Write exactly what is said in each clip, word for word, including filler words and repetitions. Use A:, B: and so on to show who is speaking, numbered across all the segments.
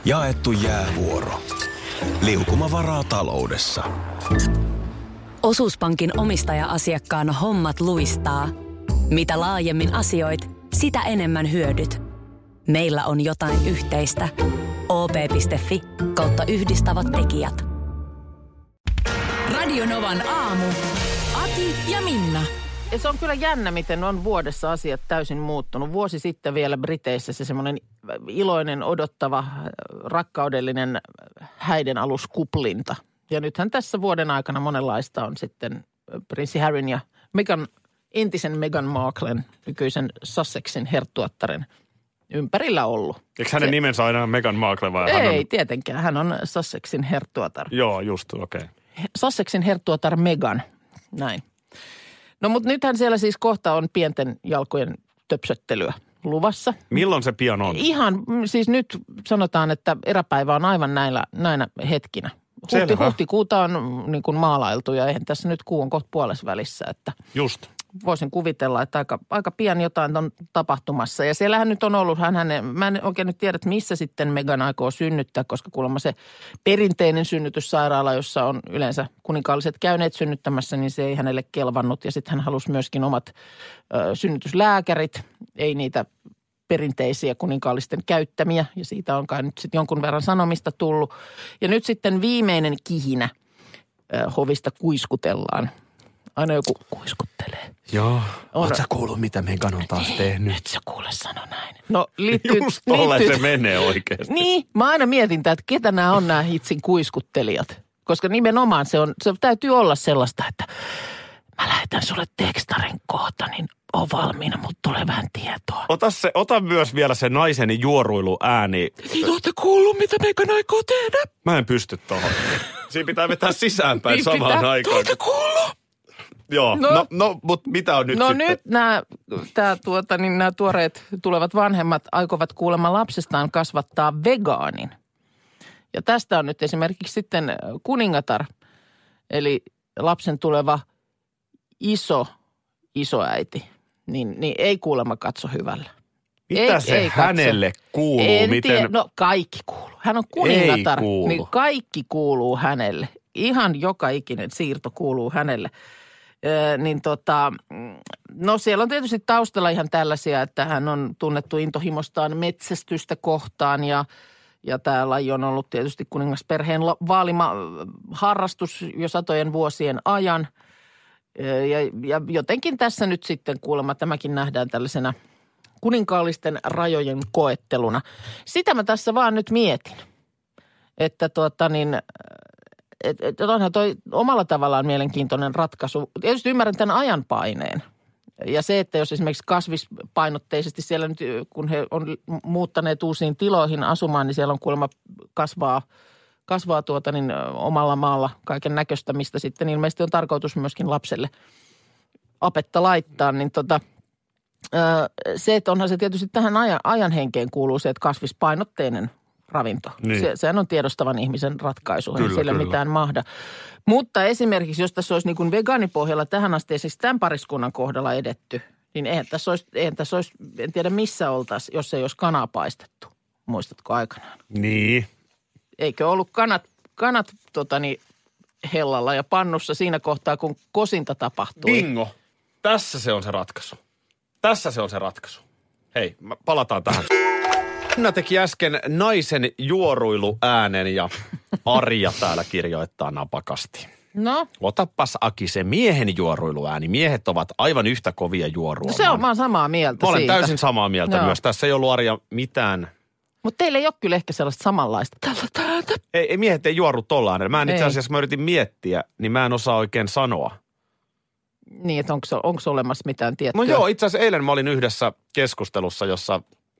A: Jaettu jäävuoro. Liukumavaraa taloudessa.
B: Osuuspankin omistaja-asiakkaan hommat luistaa. Mitä laajemmin asioit, sitä enemmän hyödyt. Meillä on jotain yhteistä. o p piste f i kautta yhdistävät tekijät.
C: Radionovan aamu. Ati ja Minna.
D: Ja se on kyllä jännä, miten on vuodessa asiat täysin muuttunut. Vuosi sitten vielä Briteissä se semmoinen iloinen, odottava, rakkaudellinen häidenaluskuplinta. Ja nythän tässä vuoden aikana monenlaista on sitten prinssi Harryn ja Meghan, entisen Meghan Marklen, nykyisen Sussexin herttuattaren ympärillä ollut.
E: Eikö hänen
D: se,
E: nimensä aina Meghan Markle vai?
D: Ei,
E: hän on...
D: tietenkään. Hän on Sussexin herttuatar.
E: Joo, just, okei. Okay.
D: Sussexin herttuatar Meghan, näin. No mutta nythän siellä siis kohta on pienten jalkojen töpsöttelyä luvassa.
E: Milloin se pian on?
D: Ihan, siis nyt sanotaan, että eräpäivä on aivan näillä, näinä hetkinä. Huhti, huhtikuuta on niin kuin maalailtu ja eihän tässä nyt kuu on kohta puolessa välissä, että
E: just.
D: Voisin kuvitella, että aika, aika pian jotain on tapahtumassa. Ja siellähän nyt on ollut, hän hänen, mä en oikein nyt tiedä, että missä sitten Meghan aikoo synnyttää, koska kuulemma se perinteinen synnytyssairaala, jossa on yleensä kuninkaalliset käyneet synnyttämässä, niin se ei hänelle kelvannut. Ja sitten hän halusi myöskin omat ö, synnytyslääkärit, ei niitä perinteisiä kuninkaallisten käyttämiä. Ja siitä on kai nyt sitten jonkun verran sanomista tullut. Ja nyt sitten viimeinen kihinä ö, hovista kuiskutellaan. Aina joku kuiskuttelee.
E: Joo. Oletko sä kuullut, mitä Meghan on taas tehnyt?
D: Nyt sä kuule sano näin. No liittyy...
E: Just tolle liittyy, se menee oikeasti.
D: Niin, mä aina mietin, että ketä nämä on nämä hitsin kuiskuttelijat. Koska nimenomaan se on, se täytyy olla sellaista, että mä lähetän sulle tekstarin kohta, niin on valmiina, mutta tulee vähän tietoa.
E: Ota, se, ota myös vielä se naisen juoruiluääni.
D: Niin ootte kuullut, mitä Meghan aikoo tehdä?
E: Mä en pysty tohon. Siinä pitää vetää sisäänpäin niin samaan pitää. Aikaan.
D: Ootte kuullut?
E: Joo, no, no, no mutta mitä on nyt
D: no
E: sitten?
D: No nyt nämä, tää, tuota, niin nämä tuoreet tulevat vanhemmat aikovat kuulemma lapsestaan kasvattaa vegaanin. Ja tästä on nyt esimerkiksi sitten kuningatar, eli lapsen tuleva iso isoäiti, niin, niin ei kuulemma katso hyvällä.
E: Mitä
D: ei,
E: se
D: ei
E: hänelle kuuluu?
D: En
E: Miten?
D: tiedä, no kaikki kuuluu. Hän on kuningatar,
E: ei kuulu.
D: Niin kaikki kuuluu hänelle. Ihan joka ikinen siirto kuuluu hänelle. Ö, niin tota, no siellä on tietysti taustalla ihan tällaisia, että hän on tunnettu intohimostaan metsästystä kohtaan ja, ja tämä laji on ollut tietysti kuningasperheen vaalima harrastus jo satojen vuosien ajan. Ja, ja jotenkin tässä nyt sitten kuulemma tämäkin nähdään tällaisena kuninkaallisten rajojen koetteluna. Sitä mä tässä vaan nyt mietin, että tuota niin... Että et onhan toi omalla tavallaan mielenkiintoinen ratkaisu. Tietysti ymmärrän tämän ajanpaineen. Ja se, että jos esimerkiksi kasvispainotteisesti siellä nyt, kun he on muuttaneet uusiin tiloihin asumaan, niin siellä on kuulemma kasvaa, kasvaa tuota niin omalla maalla kaiken näköistä, mistä sitten ilmeisesti on tarkoitus myöskin lapselle apetta laittaa. Niin tota, se, että onhan se tietysti tähän ajan, ajan henkeen kuuluu se, että kasvispainotteinen ravinto. Niin. Se, sehän on tiedostavan ihmisen ratkaisu, ei siellä kyllä. mitään mahda. Mutta esimerkiksi, jos tässä olisi niin kuin vegaanipohjalla tähän asteisesti tämän pariskunnan kohdalla edetty, niin eihän tässä olisi, eihän tässä olisi en tiedä missä oltaisiin, jos ei olisi kanaa paistettu. Muistatko aikanaan?
E: Niin.
D: Eikö ollut kanat, kanat totani, hellalla ja pannussa siinä kohtaa, kun kosinta tapahtui?
E: Bingo. Tässä se on se ratkaisu. Tässä se on se ratkaisu. Hei, palataan tähän. Minä teki äsken naisen juoruiluäänen ja Arja täällä kirjoittaa napakasti.
D: No?
E: Otapas Aki se miehen juoruiluääni. Miehet ovat aivan yhtä kovia juoruamaan.
D: No se on, mä oon samaa mieltä
E: Mä olen
D: siitä.
E: täysin samaa mieltä
D: Joo.
E: myös. Tässä ei ollut Arja mitään.
D: Mutta teillä ei ole kyllä ehkä sellaista samanlaista. Tällä täältä.
E: Ei, ei miehet ei juoru tollaan. Mä en itse asiassa, mä yritin miettiä, niin mä en osaa oikein sanoa.
D: Niin, että onko, onko olemassa mitään tiettyä?
E: No joo, itse asiassa eilen mä olin yhdessä keskustelussa, jossa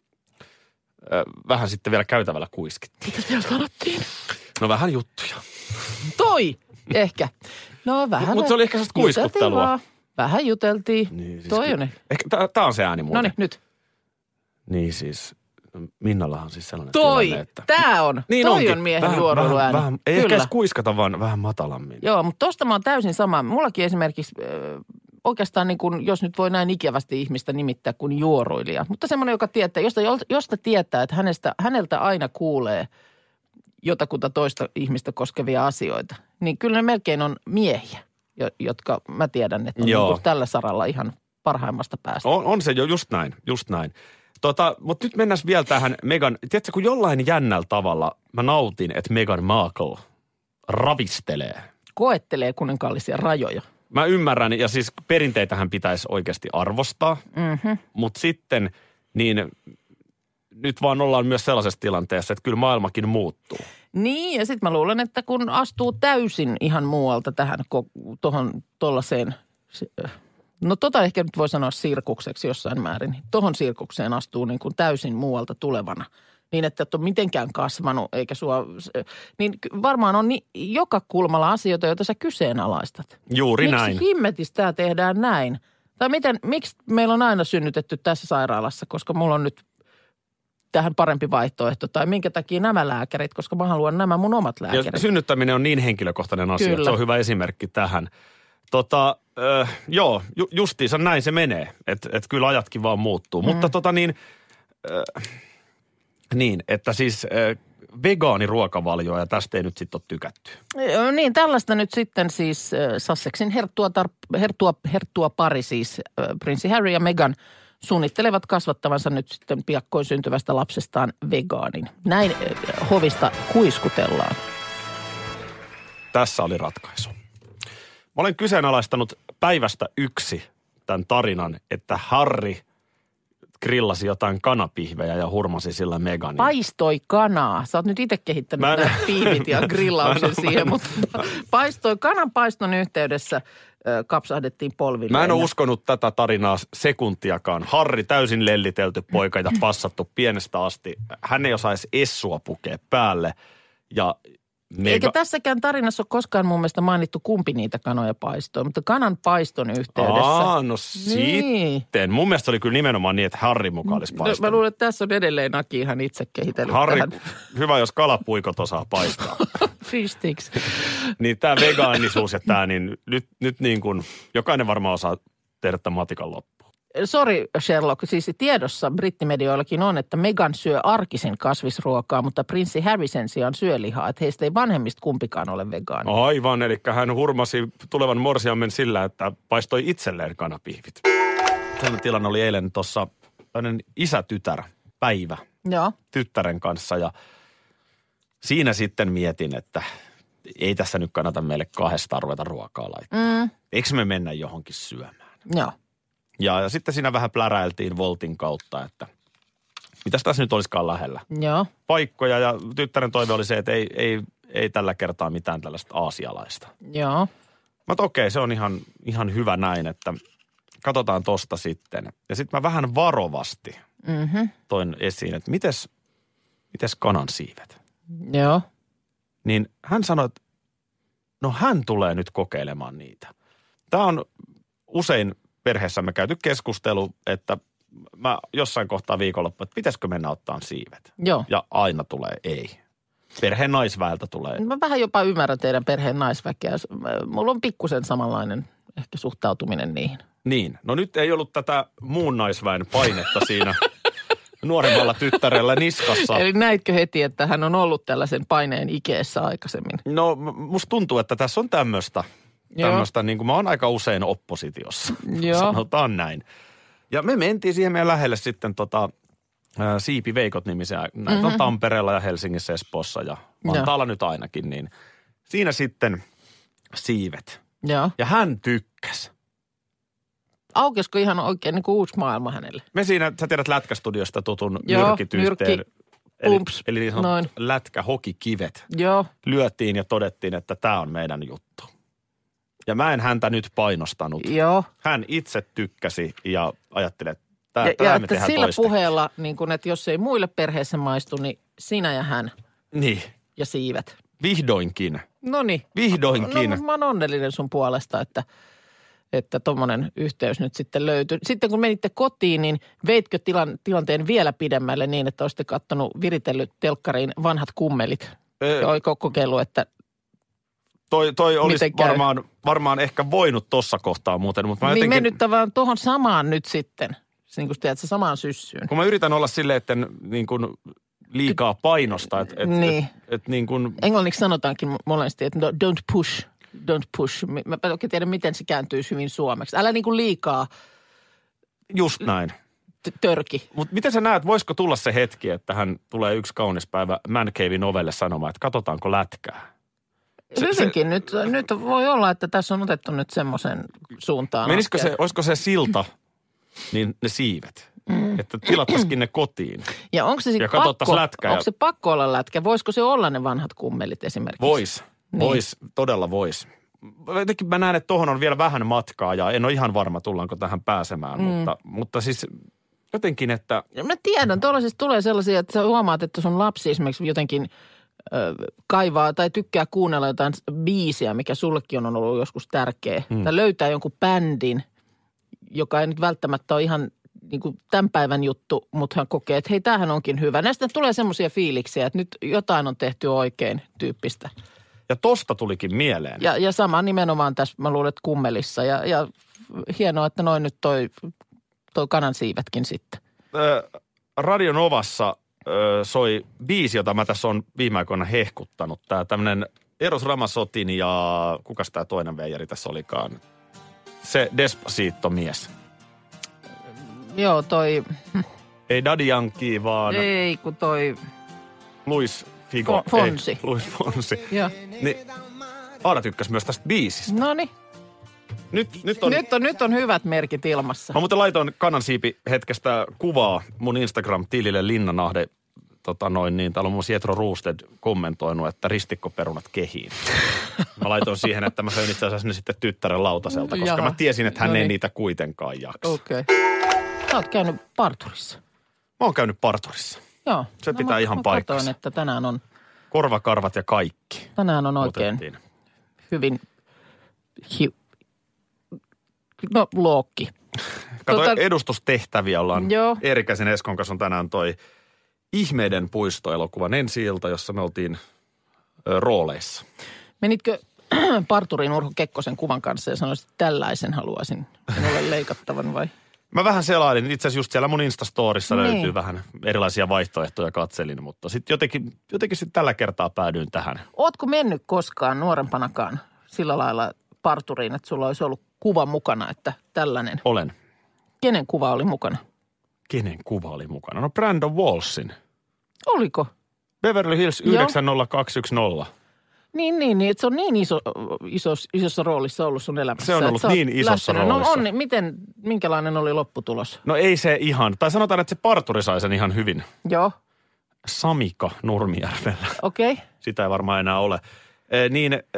E: ö, vähän sitten vielä käytävällä kuiskittiin.
D: Mitä siellä sanottiin?
E: No vähän juttuja.
D: Toi, ehkä. No vähän.
E: Mutta se oli ehkä sellaista kuiskuttelua.
D: Vaan. Vähän juteltiin.
E: Niin, siis
D: Toi on ne.
E: Ehkä tää on se ääni muuten.
D: No niin, nyt.
E: Niin siis, Minnallahan on siis sellainen
D: Toi,
E: tilanne, että...
D: tää on.
E: Niin
D: toi
E: onkin.
D: on miehen
E: vähän,
D: juoruiluääni.
E: vähän, ei
D: Kyllä.
E: ehkä edes kuiskata, vaan vähän matalammin.
D: Joo, mutta tosta mä oon täysin sama. Mullakin esimerkiksi äh, oikeastaan niin kuin, jos nyt voi näin ikävästi ihmistä nimittää kuin juoruilija. Mutta semmoinen, joka tietää, josta, josta tietää, että hänestä, häneltä aina kuulee jotakuta toista ihmistä koskevia asioita, niin kyllä ne melkein on miehiä, jotka mä tiedän, että on niin tällä saralla ihan parhaimmasta päästä.
E: On, on se jo just näin, just näin. Tota, mutta nyt mennään vielä tähän Meghan, tiedätkö, kun jollain jännällä tavalla mä nautin, että Meghan Markle ravistelee.
D: Koettelee kuninkaallisia rajoja.
E: Mä ymmärrän, ja siis perinteitähän pitäisi oikeasti arvostaa, mm-hmm. mutta sitten niin nyt vaan ollaan myös sellaisessa tilanteessa, että kyllä maailmakin muuttuu.
D: Niin, ja sitten mä luulen, että kun astuu täysin ihan muualta tähän tuohon tuollaiseen, no tota ehkä nyt voi sanoa sirkukseksi jossain määrin, tuohon sirkukseen astuu niin kuin täysin muualta tulevana. Niin, että et ole mitenkään kasvanut, eikä sua, niin varmaan on ni, joka kulmalla asioita, joita sä kyseenalaistat.
E: Juuri
D: miksi
E: näin.
D: Miksi himmetistä tämä tehdään näin? Tai miten, miksi meillä on aina synnytetty tässä sairaalassa, koska mulla on nyt tähän parempi vaihtoehto, tai minkä takia nämä lääkärit, koska mä haluan nämä mun omat lääkärit.
E: Ja synnyttäminen on niin henkilökohtainen asia,
D: Kyllä.
E: että se on hyvä esimerkki tähän. Tota, äh, joo, ju, justiinsa näin se menee, että et kyllä ajatkin vaan muuttuu. Mm. Mutta tota niin, äh, niin, että siis äh, vegaaniruokavalioa ja tästä ei nyt sitten ole tykätty.
D: Niin, tällaista nyt sitten siis äh, Sussexin herttua, tar- herttua, herttua pari siis äh, prinssi Harry ja Meghan suunnittelevat kasvattavansa nyt sitten piakkoin syntyvästä lapsestaan vegaanin. Näin äh, hovista kuiskutellaan.
E: Tässä oli ratkaisu. Mä olen kyseenalaistanut päivästä yksi tämän tarinan, että Harry grillasi jotain kanapihvejä ja hurmasi sillä Meghanin.
D: Paistoi kanaa. Sä oot nyt itse kehittänyt
E: en,
D: nämä piivit ja grillauksen
E: en,
D: siihen,
E: en,
D: mutta paistoi kanan paiston yhteydessä ö, kapsahdettiin polville.
E: Mä en ole uskonut tätä tarinaa sekuntiakaan. Harry täysin lellitelty poika ja passattu pienestä asti. Hän ei osaisi essua pukea päälle ja Mega.
D: Eikä tässäkään tarinassa ole koskaan mun mielestä mainittu, kumpi niitä kanoja paistoi, mutta kanan paiston yhteydessä.
E: Aa, no niin. Sitten. Mun mielestä oli kyllä nimenomaan niin, että Harry mukaan olisi paistanut.
D: No, mä luulen, että tässä on edelleen Aki ihan itse kehitellyt
E: Harry,
D: tähän.
E: hyvä, jos kalapuikot osaa paistaa.
D: Fish sticks.
E: Niin tämä vegaanisuus ja tämä, niin nyt, nyt niin kuin, jokainen varmaan osaa tehdä tämän matikan loppuun.
D: Sori Sherlock, siis tiedossa brittimedioillakin on, että Meghan syö arkisin kasvisruokaa, mutta prinssi Harry sen sijaan syö lihaa, että heistä ei vanhemmista kumpikaan ole vegaani.
E: Aivan, eli hän hurmasi tulevan morsiammen sillä, että paistoi itselleen kanapihvit. Tällainen tilanne oli eilen tuossa isä-tytär päivä
D: Joo.
E: tyttären kanssa ja siinä sitten mietin, että ei tässä nyt kannata meille kahdesta ruveta ruokaa laittaa. Mm. Eikö me mennä johonkin syömään?
D: Joo.
E: Ja, ja sitten siinä vähän pläräiltiin Voltin kautta, että mitäs tässä nyt olisikaan lähellä.
D: Joo.
E: Paikkoja ja tyttären toive oli se, että ei, ei, ei tällä kertaa mitään tällaista aasialaista.
D: Joo.
E: Mä okei, okay, se on ihan, ihan hyvä näin, että katsotaan tosta sitten. Ja sitten mä vähän varovasti mm-hmm. toin esiin, että mites, mites kanan siivet?
D: Joo.
E: Niin hän sanoi, että no hän tulee nyt kokeilemaan niitä. Tämä on usein perheessämme käyty keskustelu, että mä jossain kohtaa viikonloppu, että pitäisikö mennä ottaan siivet.
D: Joo.
E: Ja aina tulee ei. Perheen naisväeltä tulee.
D: Mä vähän jopa ymmärrän teidän perheen naisväkeä. Mulla on pikkusen samanlainen ehkä suhtautuminen niihin.
E: Niin. No nyt ei ollut tätä muun naisväen painetta siinä nuoremmalla tyttärellä niskassa.
D: Eli näitkö heti, että hän on ollut tällaisen paineen ikeessä aikaisemmin?
E: No musta tuntuu, että tässä on tämmöistä. Tämmöistä, niin kuin mä oon aika usein oppositiossa,
D: Joo.
E: sanotaan näin. Ja me mentiin siihen meidän lähelle sitten tota, ä, Siipiveikot-nimisiä, näitä mm-hmm. on Tampereella ja Helsingissä, Espoossa ja Vantaalla nyt ainakin, niin siinä sitten siivet.
D: Joo.
E: Ja hän tykkäsi.
D: Aukesko ihan oikein niin kuin uusi maailma hänelle?
E: Me siinä, sä tiedät Lätkästudiosta tutun
D: Joo,
E: nyrkityyhteen.
D: nyrkki,
E: eli,
D: pumps,
E: eli niin sanotut lätkähokikivet.
D: Joo.
E: Lyötiin ja todettiin, että tämä on meidän juttu. Ja mä en häntä nyt painostanut.
D: Joo.
E: Hän itse tykkäsi ja ajatteli, että tämä,
D: ja,
E: tämä
D: ja
E: me
D: että
E: tehdään
D: sillä
E: toistekin.
D: puheella, niin kun, että jos ei muille perheessä maistu, niin sinä ja hän
E: Niin.
D: ja siivet.
E: Vihdoinkin.
D: Noniin.
E: Vihdoinkin.
D: No, mä oon onnellinen sun puolesta, että että tommonen yhteys nyt sitten löytyi. Sitten kun menitte kotiin, niin veitkö tilan, tilanteen vielä pidemmälle niin, että olisitte kattonut viritellyt telkkariin vanhat kummelit?
E: Öö,
D: ja oiko kokeillut, että
E: toi, toi olisi
D: miten käy?
E: varmaan, varmaan ehkä voinut tossa kohtaa muuten, mutta mä
D: niin
E: jotenkin...
D: mennyt tavallaan tuohon samaan nyt sitten, niin kuin tiedät, samaan syssyyn.
E: Kun mä yritän olla silleen, että en niin kuin liikaa painosta. Et, et,
D: Niin.
E: et, et niin kuin...
D: Englanniksi sanotaankin monesti, että no, don't push, don't push. Mä en oikein tiedä, miten se kääntyisi hyvin suomeksi. Älä niin kuin liikaa
E: Just näin.
D: t- törki.
E: Mutta miten sä näet, voisiko tulla se hetki, että hän tulee yksi kaunis päivä Man Cavein ovelle sanomaan, että katsotaanko lätkää? Se,
D: Hyvinkin. Nyt, nyt voi olla, että tässä on otettu nyt semmoisen suuntaan.
E: Menisikö
D: askel.
E: se, olisiko se silta, niin ne siivet? Mm. Että tilattaisikin ne kotiin.
D: Ja onko se
E: Ja
D: sitten
E: katsottaisiin
D: pakko,
E: lätkää.
D: onko se pakko olla lätkä? Voisiko se olla ne vanhat kummelit esimerkiksi?
E: Vois,
D: Niin.
E: vois, todella vois. Jotenkin mä näen, että tohon on vielä vähän matkaa ja en ole ihan varma, tullaanko tähän pääsemään. Mm. Mutta, mutta siis jotenkin, että...
D: Mä tiedän, tuollaisista tulee sellaisia, että sä huomaat, että sun lapsi esimerkiksi jotenkin ö, kaivaa tai tykkää kuunnella jotain biisiä, mikä sullekin on ollut joskus tärkeä. Mm. Tai löytää jonkun bändin, joka ei nyt välttämättä ole ihan niin kuin tämän päivän juttu, mutta hän kokee, että hei, tämähän onkin hyvä. Näistä tulee semmoisia fiiliksiä, että nyt jotain on tehty oikein tyyppistä.
E: Ja tosta tulikin mieleen.
D: Ja, ja sama nimenomaan tässä, mä luulen, että kummelissa. Ja, ja hienoa, että noin nyt toi, toi kanan siivetkin sitten.
E: Ö, Radio Novassa ö, soi biisi, jota mä tässä on viime aikoina hehkuttanut. Tää tämmönen Eros Ramazzotin ja kukas tää toinen veijari tässä olikaan? Se Despacito-mies.
D: Joo, toi,
E: Ei Daddy Yankee, vaan
D: ei kun toi,
E: Luis Figo.
D: Fo- Fonsi.
E: Ei, Luis Fonsi.
D: joo.
E: Niin, Aara tykkäsi myös tästä biisistä.
D: Noniin.
E: Nyt, nyt on...
D: Nyt on, nyt on hyvät merkit ilmassa.
E: Mä muuten laitoin kanansiipi hetkestä kuvaa mun Instagram-tilille Linnanahde. Tota noin, niin täällä on mun Jetro Roosted kommentoinut, että ristikkoperunat kehiin. Mä laitoin siihen, että mä söin itse asiassa ne sitten tyttären lautaselta, koska
D: Jaha.
E: mä tiesin, että hän
D: No
E: ei
D: niin.
E: niitä kuitenkaan jaksa.
D: Okei. Okay. Sä oot käynyt parturissa.
E: Mä oon käynyt parturissa.
D: Joo.
E: Se pitää
D: mä,
E: ihan
D: mä
E: paikkansa.
D: katsoin, että tänään on,
E: Korvakarvat ja kaikki.
D: tänään on oikein
E: Otettiin.
D: hyvin, hi, no lookki.
E: Kato,
D: Tota-
E: edustustehtäviä ollaan.
D: Joo.
E: Eerikäisen Eskon kanssa on tänään toi Ihmeiden puistoelokuvan ensi-ilta, jossa me oltiin ö, rooleissa.
D: Menitkö parturiin Urho Kekkosen kuvan kanssa ja sanoisit, että tällaisen haluaisin minulle leikattavan vai?
E: Mä vähän selailin. Itse asiassa just siellä mun Instastorissa
D: Niin.
E: löytyy vähän erilaisia vaihtoehtoja, katselin. Mutta sitten jotenkin, jotenkin sit tällä kertaa päädyin tähän.
D: Ootko mennyt koskaan nuorempanakaan sillä lailla parturiin, että sulla olisi ollut kuva mukana, että tällainen?
E: Olen.
D: Kenen kuva oli mukana?
E: Kenen kuva oli mukana? No Brandon Walsin.
D: Oliko?
E: Beverly Hills
D: Joo.
E: yhdeksän nolla kaksi yksi nolla.
D: Niin, niin, niin, että se on niin iso, iso, isossa roolissa ollut sun elämässä.
E: Se on
D: että
E: ollut
D: sä oot
E: niin isossa
D: lähtenyt.
E: roolissa.
D: No on, miten, minkälainen oli lopputulos?
E: No ei se ihan. Tai sanotaan, että se parturi sai sen ihan hyvin.
D: Joo,
E: Samika Nurmijärvellä.
D: okei. Okay.
E: Sitä ei varmaan enää ole. E, niin e,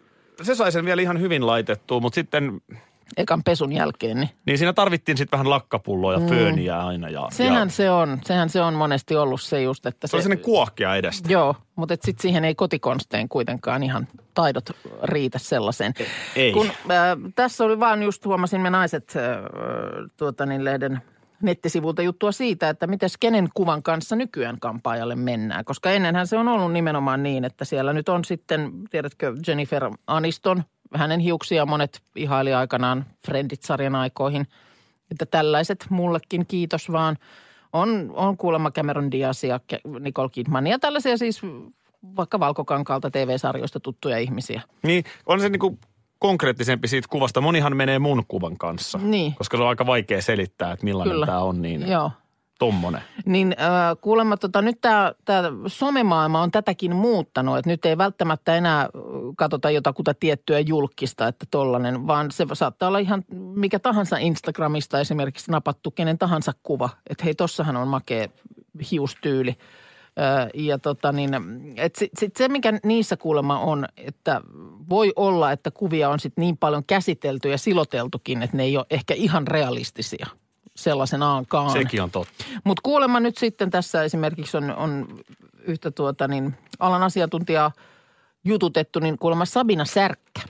E: se sai sen vielä ihan hyvin laitettua, mutta sitten...
D: Ekan pesun jälkeen, niin.
E: Niin siinä tarvittiin sitten vähän lakkapulloa ja mm. fööniä aina. Ja,
D: Sehän
E: ja,
D: se on, sehän se on monesti ollut se just, että
E: se oli sellainen kuohkea edestä.
D: Joo, mutta sitten siihen ei kotikonsteen kuitenkaan ihan taidot riitä sellaiseen.
E: Ei.
D: Kun äh, tässä oli vaan just huomasin me naiset äh, tuota niin lehden nettisivulta juttua siitä, että miten kenen kuvan kanssa nykyään kampaajalle mennään. Koska ennenhän se on ollut nimenomaan niin, että siellä nyt on sitten, tiedätkö, Jennifer Aniston, hänen hiuksia monet ihaili aikanaan Friendit-sarjan aikoihin, että tällaiset mullekin kiitos vaan. On, on kuulemma Cameron Diaz ja Nicole Kidman ja tällaisia siis vaikka Valkokankaalta T V-sarjoista tuttuja ihmisiä.
E: Niin, on se niinku konkreettisempi siitä kuvasta. Monihan menee mun kuvan kanssa,
D: Niin.
E: koska se on aika vaikea selittää, että millainen
D: Kyllä.
E: tämä on. Niin
D: Joo.
E: tommonen.
D: Niin äh, kuulemma tota, nyt tämä somemaailma on tätäkin muuttanut, että nyt ei välttämättä enää katsota jotakuta tiettyä julkista, että tollainen, vaan se saattaa olla ihan mikä tahansa Instagramista esimerkiksi napattu kenen tahansa kuva, että hei tossahan on makea hiustyyli. Äh, ja tota niin, että sit, sit se mikä niissä kuulemma on, että voi olla, että kuvia on sit niin paljon käsitelty ja siloteltukin, että ne ei ole ehkä ihan realistisia sellaisenaankaan.
E: Sekin on totta.
D: Mutta kuulemma nyt sitten tässä esimerkiksi on, on yhtä tuota niin alan asiantuntijaa jututettu, niin kuulemma Sabina Särkkä,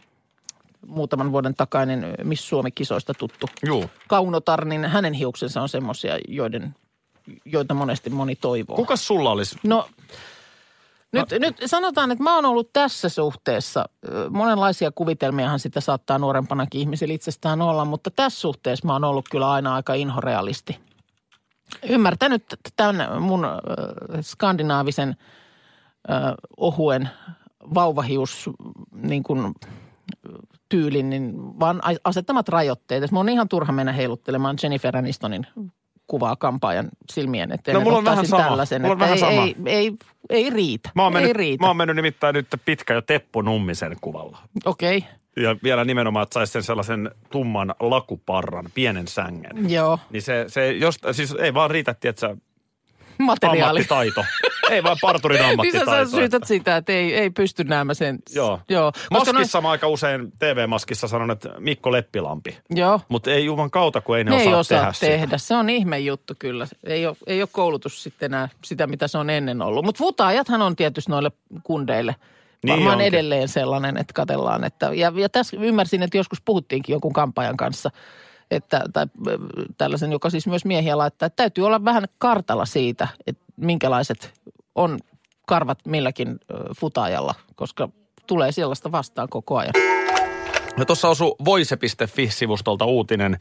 D: muutaman vuoden takainen Miss Suomi-kisoista tuttu
E: Juu.
D: kaunotar, niin hänen hiuksensa on semmoisia, joiden, joita monesti moni toivoo.
E: Kukas sulla olisi?
D: No nyt, nyt sanotaan, että mä oon ollut tässä suhteessa, ö, monenlaisia kuvitelmiahan sitä saattaa nuorempanakin ihmisillä itsestään olla, mutta tässä suhteessa mä oon ollut kyllä aina aika inhorealisti. ymmärtänyt tämän mun äh, skandinaavisen äh, ohuen vauvahius niin kuin tyylin, niin vaan asettamat rajoitteet. Mun on ihan turha mennä heiluttelemaan Jennifer Anistonin kuvaa kampaajan silmien eteen.
E: No mulla on vähän sama.
D: Tällaisen,
E: mulla on vähän
D: ei,
E: sama.
D: Ei, ei, ei riitä.
E: Mä oon, mennyt,
D: ei riitä.
E: mä oon mennyt nimittäin nyt pitkä jo Teppo Nummisen kuvalla.
D: Okei. Okay.
E: Ja vielä nimenomaan, että saisi sen sellaisen tumman lakuparran, pienen sängen.
D: Joo.
E: Niin se, se jost, siis ei vaan riitä, tietsä,
D: materiaali.
E: Ammattitaito. Ei vaan parturin ammattitaito.
D: Niin sä syytät sitä, että ei, ei pysty näemään sen.
E: Joo.
D: Joo.
E: Maskissa noin... mä aika usein T V-maskissa sanon, että Mikko Leppilampi.
D: Joo.
E: Mutta ei juman kautta, kun ei ne,
D: ne
E: osaa,
D: ei osaa
E: tehdä,
D: tehdä.
E: sitä.
D: Se on ihme juttu kyllä. Ei ole, ei ole koulutus sitten enää sitä, mitä se on ennen ollut. Mutta futaajathan on tietysti noille kundeille
E: niin
D: varmaan
E: onkin.
D: edelleen sellainen, että katsellaan. Että, ja, ja tässä ymmärsin, että joskus puhuttiinkin jonkun kampaajan kanssa, että, tai tällaisen, joka siis myös miehiä laittaa, että täytyy olla vähän kartalla siitä, että minkälaiset on karvat milläkin futaajalla, koska tulee sellaista vastaan koko ajan.
E: Ja tuossa osui voise piste fi-sivustolta uutinen.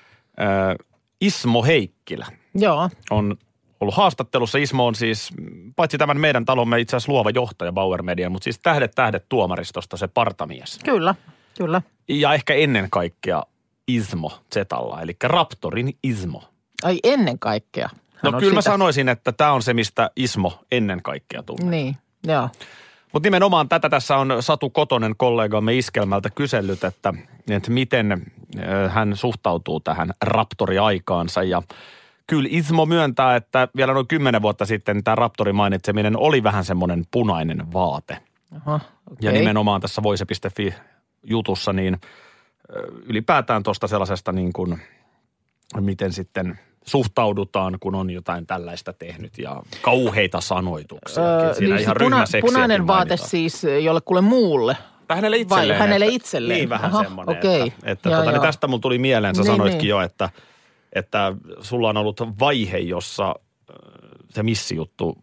E: Äh, Ismo Heikkilä
D: Joo.
E: on ollut haastattelussa. Ismo on siis, paitsi tämän meidän talomme itse asiassa luova johtaja Bauer Median, mutta siis tähdet tähdet tuomaristosta se partamies.
D: Kyllä, kyllä.
E: Ja ehkä ennen kaikkea Ismo Zetalla, eli Raptorin Ismo.
D: Ai ennen kaikkea. Hän
E: No
D: on
E: kyllä mä
D: sitä.
E: sanoisin, että tämä on se, mistä Ismo ennen kaikkea tunnetaan.
D: Niin, joo.
E: Mutta nimenomaan tätä tässä on Satu Kotonen kollegamme Iskelmältä kysellyt, että, että miten hän suhtautuu tähän Raptori-aikaansa. Ja kyllä Ismo myöntää, että vielä noin kymmenen vuotta sitten tämä Raptorin mainitseminen oli vähän semmoinen punainen vaate.
D: Aha, okay.
E: Ja nimenomaan tässä voise piste fi-jutussa niin ylipäätään tuosta sellaisesta niin kuin, miten sitten suhtaudutaan, kun on jotain tällaista tehnyt ja kauheita sanoituksia.
D: Öö,
E: Siinä
D: niin
E: ihan
D: puna,
E: ryhmäseksiäkin
D: punainen vaate
E: mainitaan.
D: siis jollekulle muulle.
E: Tai hänelle itselleen.
D: Vai hänelle
E: että,
D: itselleen.
E: Niin vähän
D: Aha,
E: semmoinen,
D: okei.
E: että, että
D: joo,
E: tota,
D: joo.
E: niin tästä mulla tuli mieleen, sä
D: niin,
E: sanoitkin
D: niin.
E: jo, että, että sulla on ollut vaihe, jossa se missijuttu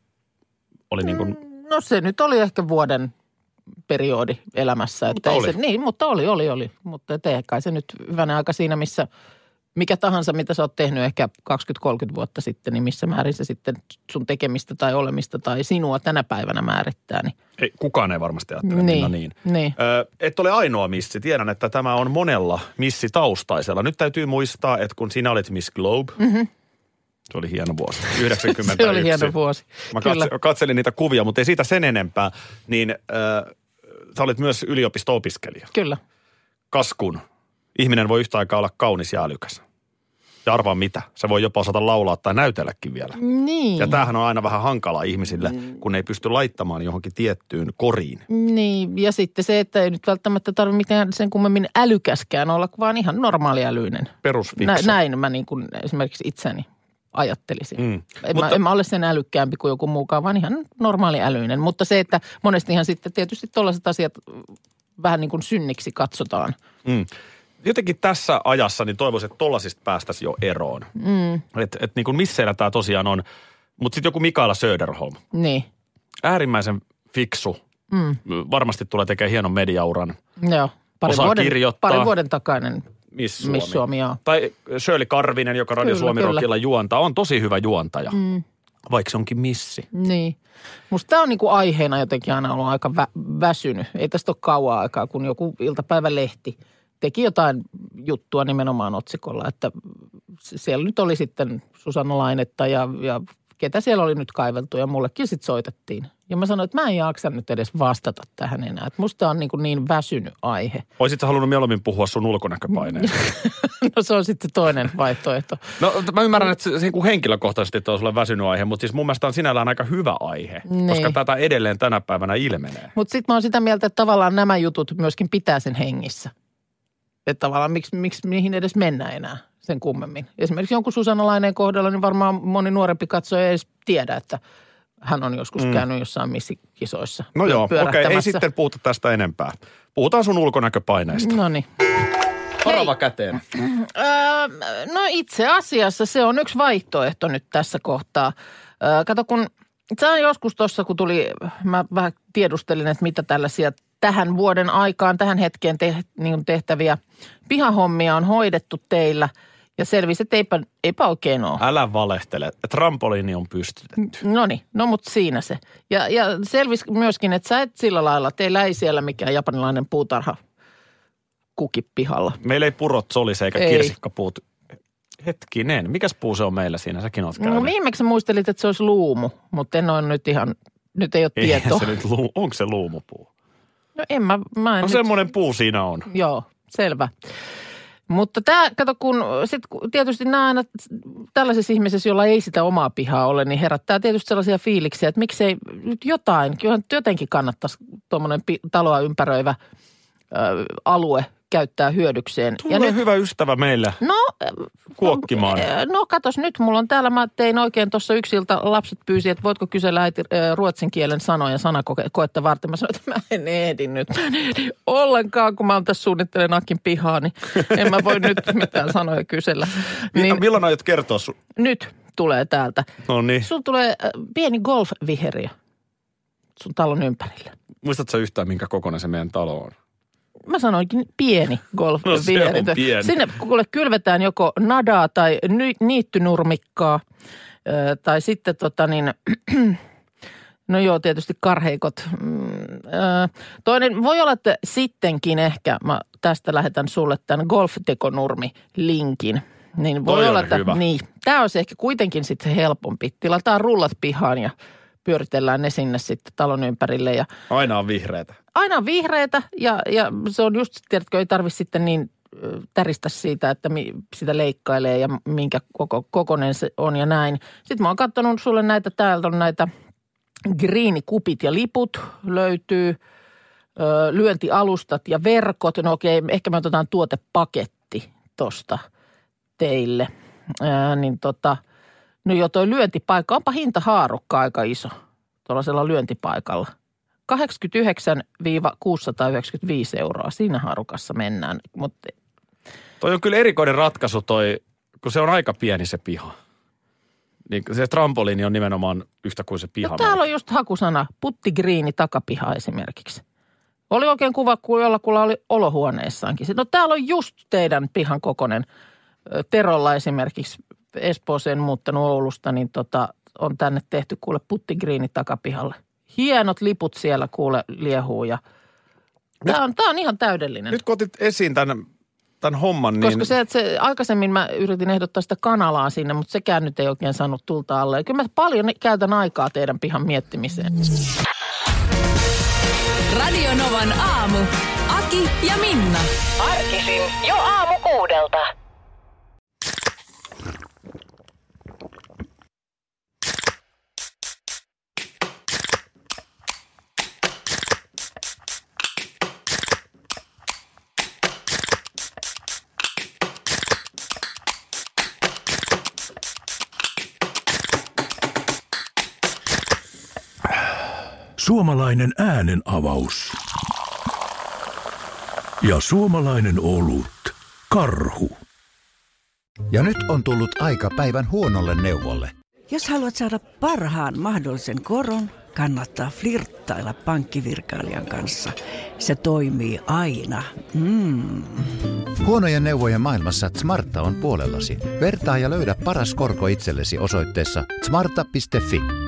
E: oli niin kuin...
D: No se nyt oli ehkä vuoden periodi elämässä.
E: Mutta
D: että ei
E: oli.
D: Se, niin, mutta oli, oli, oli. Mutta ei kai se nyt hyvänä aika siinä, missä mikä tahansa, mitä sä oot tehnyt ehkä kaksikymmentä kolmekymmentä vuotta sitten, niin missä määrin se sitten sun tekemistä tai olemista tai sinua tänä päivänä määrittää. Niin.
E: Ei, kukaan ei varmasti ajattele,
D: Niin,
E: niin.
D: niin.
E: Ö, et ole ainoa missi. Tiedän, että tämä on monella missitaustaisella. Nyt täytyy muistaa, että kun sinä olit Miss Globe, mm-hmm. se oli hieno vuosi, yhdeksänkymmentäyksi.
D: Se oli hieno vuosi.
E: Mä
D: Kyllä.
E: katse, katselin niitä kuvia, mutta ei siitä sen enempää. Niin äh, sä olit myös yliopisto-opiskelija.
D: Kyllä.
E: Kas kun ihminen voi yhtä aikaa olla kaunis ja älykäs. Ja arvaa mitä, se voi jopa osata laulaa tai näytelläkin vielä.
D: Niin.
E: Ja tämähän on aina vähän hankalaa ihmisille, kun ei pysty laittamaan johonkin tiettyyn koriin.
D: Niin, ja sitten se, että ei nyt välttämättä tarvitse mitään sen kummemmin älykäskään olla, vaan ihan normaaliälyinen.
E: Perusfiksu.
D: Nä, näin mä niin kuin esimerkiksi itseni ajattelisin.
E: Mm.
D: En,
E: Mutta-
D: mä, en mä ole sen älykkäämpi kuin joku muukaan, vaan ihan normaaliälyinen. Mutta se, että monestihan sitten tietysti tuollaiset asiat vähän niin kuin synniksi katsotaan.
E: Mm. Jotenkin tässä ajassa niin toivoisin, että tollasista päästäisiin jo eroon. Mm. Että et niin kuin misseillä tämä tosiaan on. Mutta sitten joku Mikaela Söderholm.
D: Niin,
E: Äärimmäisen fiksu. Mm. Varmasti tulee tekemään hienon mediauran.
D: joo. Pari
E: Osaa
D: vuoden,
E: kirjoittaa.
D: pari vuoden takainen
E: Miss Suomi.
D: Miss Suomi, joo.
E: Tai Shirley Karvinen, joka Radio
D: Kyllä,
E: Suomi
D: kyllä.
E: Rockilla juontaa, on tosi hyvä juontaja. Mm. Vaikka se onkin missi.
D: Niin. Musta tämä on niinku aiheena jotenkin aina ollut aika vä- väsynyt. Ei tästä ole kauan aikaa, kun joku iltapäivälehti teki jotain juttua nimenomaan otsikolla, että siellä nyt oli sitten Susanna Lainetta ja, ja ketä siellä oli nyt kaiveltu ja mullekin sitten soitettiin. Ja mä sanoin, että mä en jaksa nyt edes vastata tähän enää. Että musta on niin, kuin niin väsynyt aihe.
E: Oisitko halunnut mieluummin puhua sun ulkonäköpaineesta?
D: No se on sitten toinen vaihtoehto.
E: No mä ymmärrän, että se, se niin kuin henkilökohtaisesti että on sulle väsynyt aihe, mutta siis mun mielestä on sinällään aika hyvä aihe,
D: Niin.
E: koska tätä edelleen tänä päivänä ilmenee.
D: Mutta sitten mä oon sitä mieltä, että tavallaan nämä jutut myöskin pitää sen hengissä. Että tavallaan miksi, miksi niihin edes mennään enää sen kummemmin. Esimerkiksi jonkun Susanna Laineen kohdalla, niin varmaan moni nuorempi katsoja ei edes tiedä, että hän on joskus mm. käynyt jossain missikisoissa.
E: No joo, okei, okay, ei
D: pyörähtämässä.
E: sitten puhuta tästä enempää. Puhutaan sun ulkonäköpaineesta.
D: No niin.
E: Orava käteen.
D: Öö, no itse asiassa se on yksi vaihtoehto nyt tässä kohtaa. Öö, kato, kun se on joskus tuossa, kun tuli, mä vähän tiedustelin, että mitä tällaisia tähän vuoden aikaan, tähän hetkeen te, niin tehtäviä pihahommia on hoidettu teillä. Ja selvisi, että eipä, eipä oikein ole.
E: Älä valehtele. Trampoliini on pystytetty.
D: No niin, no mutta siinä se. Ja, ja selvisi myöskin, että sä et sillä lailla, teillä ei siellä mikään japanilainen puutarha kuki pihalla.
E: Meillä ei purot solise eikä
D: ei.
E: kirsikkapuut. Hetkinen, mikäs puu se on meillä siinä? Säkin oot käynyt.
D: No viimeksi sä muistelit, että se olisi luumu, mutta en ole nyt ihan, nyt ei ole tietoa.
E: Se nyt, onko se luumupuu?
D: No en mä, mä en
E: No
D: nyt...
E: semmoinen puu siinä on.
D: Joo, selvä. Mutta tämä, kato kun, sit, tietysti nämä aina tällaisessa ihmisessä, jolla ei sitä omaa pihaa ole, niin herättää tietysti sellaisia fiiliksiä, että miksei nyt jotain, kyllähän jotenkin kannattaisi tuommoinen taloa ympäröivä ö, alue käyttää hyödykseen.
E: Tule
D: ja nyt,
E: hyvä ystävä meille
D: no,
E: kuokkimaan.
D: No, no katos nyt, mulla on täällä, mä tein oikein tuossa yksi ilta, lapset pyysi, että voitko kysellä äiti ruotsin kielen sanoja sanakoetta varten. Mä sanoin, että mä en ehdi nyt, mä en ehdi ollenkaan, kun mä oon tässä suunnittelen Akin pihaa, niin en mä voi nyt mitään sanoja kysellä.
E: Niin, milloin aiot kertoa sun?
D: Nyt tulee täältä.
E: No niin.
D: Sulla tulee pieni golf-viheriö sun talon ympärille.
E: Muistatko yhtään, minkä kokoinen se meidän talo on?
D: Mä sanoinkin pieni golf
E: No se on pieni.
D: Sinne kuule kylvetään joko nadaa tai ny, niittynurmikkaa ö, tai sitten tota niin, no joo tietysti karheikot. Ö, toinen voi olla, että sittenkin ehkä mä tästä lähetän sulle tämän golftekonurmi-linkin. Niin voi
E: Toi
D: olla,
E: on
D: että
E: hyvä.
D: niin, tämä olisi ehkä kuitenkin sitten helpompi. Tilataan rullat pihaan ja pyöritellään ne sinne sitten talon ympärille ja
E: Aina on vihreätä.
D: aina on vihreätä ja, ja se on just, tiedätkö, ei tarvitse sitten niin ö, täristä siitä, että mi, sitä leikkailee ja minkä koko, kokoinen se on ja näin. Sitten mä oon katsonut sulle näitä, täältä on näitä griinikupit ja liput löytyy, ö, lyöntialustat ja verkot. No okei, ehkä me otetaan tuotepaketti tosta teille. Ää, niin tota, no joo, toi lyöntipaikka, onpa hintahaarukka aika iso tuollaisella lyöntipaikalla. kahdeksankymmentäyhdeksän kuusisataayhdeksänkymmentäviisi euroa. Siinä haarukassa mennään. Mutta
E: Toi on kyllä erikoinen ratkaisu toi, kun se on aika pieni se piha. Niin se trampoliini on nimenomaan yhtä kuin se piha.
D: no, täällä on just hakusana puttigriini takapiha esimerkiksi. Oli oikein kuva, kun jollakulla oli olohuoneessaankin. No täällä on just teidän pihan kokoinen. Terolla esimerkiksi Espooseen muuttanut Oulusta, niin tota, on tänne tehty kuule puttigriini takapihalle. Hienot liput siellä kuule liehuu ja tämä on, tämä on ihan täydellinen.
E: Nyt kun otit esiin tämän, tämän homman, niin...
D: Koska se, että se, aikaisemmin mä yritin ehdottaa sitä kanalaa sinne, mutta sekään nyt ei oikein saanut tulta alle. Ja kyllä mä paljon käytän aikaa teidän pihan miettimiseen.
C: Radio Novan aamu. Aki ja Minna.
B: Arkisin jo aamu kuudelta.
A: Suomalainen äänen avaus. Ja suomalainen olut. Karhu.
F: Ja nyt on tullut aika päivän huonolle neuvolle.
G: Jos haluat saada parhaan mahdollisen koron, kannattaa flirttailla pankkivirkailijan kanssa. Se toimii aina. Mm.
F: Huonojen neuvojen maailmassa Smarta on puolellasi. Vertaa ja löydä paras korko itsellesi osoitteessa smarta piste fi.